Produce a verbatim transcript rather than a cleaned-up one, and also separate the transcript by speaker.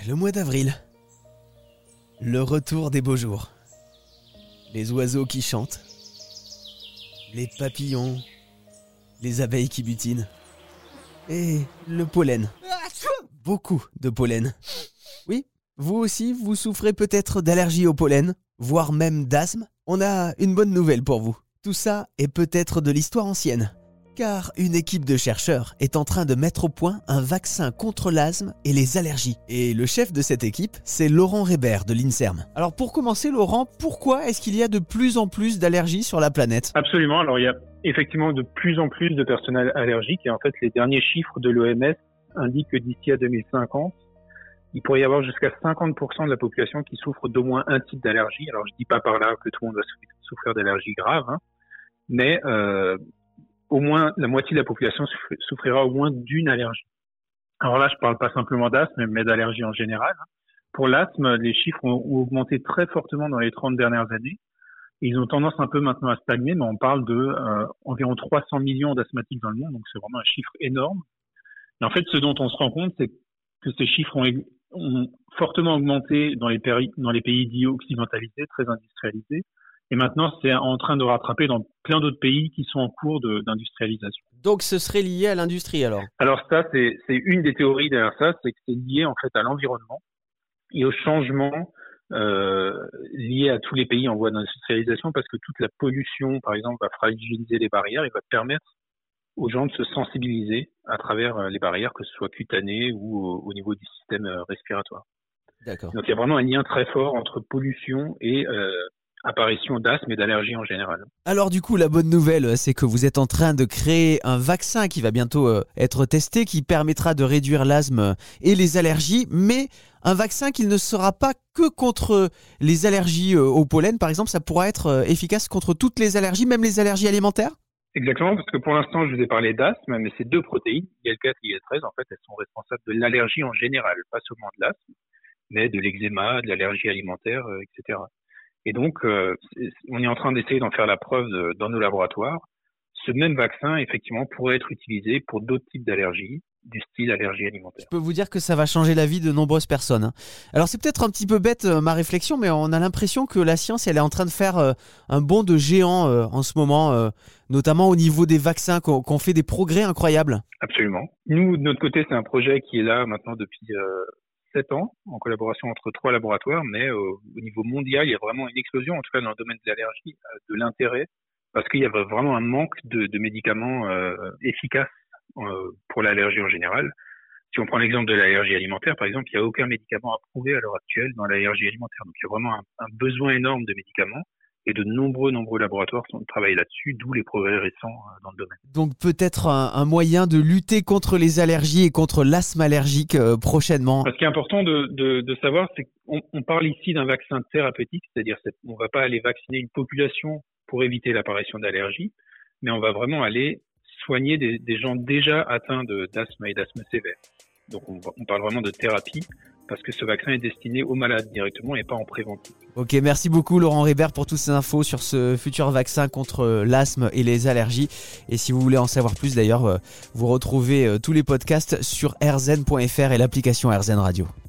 Speaker 1: Le mois d'avril. Le retour des beaux jours. Les oiseaux qui chantent. Les papillons. Les abeilles qui butinent. Et le pollen. Beaucoup de pollen. Oui, vous aussi, vous souffrez peut-être d'allergie au pollen, voire même d'asthme. On a une bonne nouvelle pour vous. Tout ça est peut-être de l'histoire ancienne. Car une équipe de chercheurs est en train de mettre au point un vaccin contre l'asthme et les allergies. Et le chef de cette équipe, c'est Laurent Rébert de l'INSERM. Alors pour commencer, Laurent, pourquoi est-ce qu'il y a de plus en plus d'allergies sur la planète ?
Speaker 2: Absolument. Alors il y a effectivement de plus en plus de personnes allergiques. Et en fait, les derniers chiffres de l'O M S indiquent que d'ici à deux mille cinquante, il pourrait y avoir jusqu'à cinquante pour cent de la population qui souffre d'au moins un type d'allergie. Alors je dis pas par là que tout le monde va souffrir d'allergies graves, hein, mais... Euh, au moins la moitié de la population souffrira au moins d'une allergie. Alors là, je parle pas simplement d'asthme, mais d'allergie en général. Pour l'asthme, les chiffres ont, ont augmenté très fortement dans les trente dernières années. Ils ont tendance un peu maintenant à stagner, mais on parle de euh, environ trois cents millions d'asthmatiques dans le monde, donc c'est vraiment un chiffre énorme. Et en fait, ce dont on se rend compte, c'est que ces chiffres ont, ont fortement augmenté dans les, péri- dans les pays dits occidentalisés, très industrialisés. Et maintenant, c'est en train de rattraper dans plein d'autres pays qui sont en cours de, d'industrialisation.
Speaker 1: Donc, ce serait lié à l'industrie, alors ?
Speaker 2: Alors ça, c'est, c'est une des théories derrière ça, c'est que c'est lié en fait à l'environnement et au changement euh, lié à tous les pays en voie d'industrialisation, parce que toute la pollution, par exemple, va fragiliser les barrières et va permettre aux gens de se sensibiliser à travers les barrières, que ce soit cutanées ou au, au niveau du système respiratoire.
Speaker 1: D'accord.
Speaker 2: Donc, il y a vraiment un lien très fort entre pollution et euh, apparition d'asthme et d'allergie en général.
Speaker 1: Alors du coup, la bonne nouvelle, c'est que vous êtes en train de créer un vaccin qui va bientôt euh, être testé, qui permettra de réduire l'asthme et les allergies, mais un vaccin qui ne sera pas que contre les allergies euh, au pollen, par exemple, ça pourra être euh, efficace contre toutes les allergies, même les allergies alimentaires ?
Speaker 2: Exactement, parce que pour l'instant, je vous ai parlé d'asthme, mais ces deux protéines, I L quatre et I L treize, en fait, elles sont responsables de l'allergie en général, pas seulement de l'asthme, mais de l'eczéma, de l'allergie alimentaire, euh, et cetera. Et donc, euh, on est en train d'essayer d'en faire la preuve de, dans nos laboratoires. Ce même vaccin, effectivement, pourrait être utilisé pour d'autres types d'allergies, du style allergie alimentaire.
Speaker 1: Je peux vous dire que ça va changer la vie de nombreuses personnes. Alors, c'est peut-être un petit peu bête, euh, ma réflexion, mais on a l'impression que la science, elle est en train de faire euh, un bond de géant euh, en ce moment, euh, notamment au niveau des vaccins, qu'on, qu'on fait des progrès incroyables.
Speaker 2: Absolument. Nous, de notre côté, c'est un projet qui est là maintenant depuis... Euh, sept ans, en collaboration entre trois laboratoires, mais euh, au niveau mondial, il y a vraiment une explosion, en tout cas dans le domaine de l'allergie, euh, de l'intérêt, parce qu'il y avait vraiment un manque de, de médicaments euh, efficaces euh, pour l'allergie en général. Si on prend l'exemple de l'allergie alimentaire, par exemple, il n'y a aucun médicament approuvé à l'heure actuelle dans l'allergie alimentaire. Donc il y a vraiment un, un besoin énorme de médicaments. Et de nombreux, nombreux laboratoires sont travaillent là-dessus, d'où les progrès récents dans le domaine.
Speaker 1: Donc peut-être un, un moyen de lutter contre les allergies et contre l'asthme allergique euh, prochainement.
Speaker 2: Ce qui est important de, de, de savoir, c'est qu'on on parle ici d'un vaccin thérapeutique, c'est-à-dire qu'on ne va pas aller vacciner une population pour éviter l'apparition d'allergies, mais on va vraiment aller soigner des, des gens déjà atteints de, d'asthme et d'asthme sévère. Donc on, on parle vraiment de thérapie, parce que ce vaccin est destiné aux malades directement et pas en préventif.
Speaker 1: Ok, merci beaucoup Laurent Rébert pour toutes ces infos sur ce futur vaccin contre l'asthme et les allergies. Et si vous voulez en savoir plus d'ailleurs, vous retrouvez tous les podcasts sur r zen point f r et l'application R Z N Radio.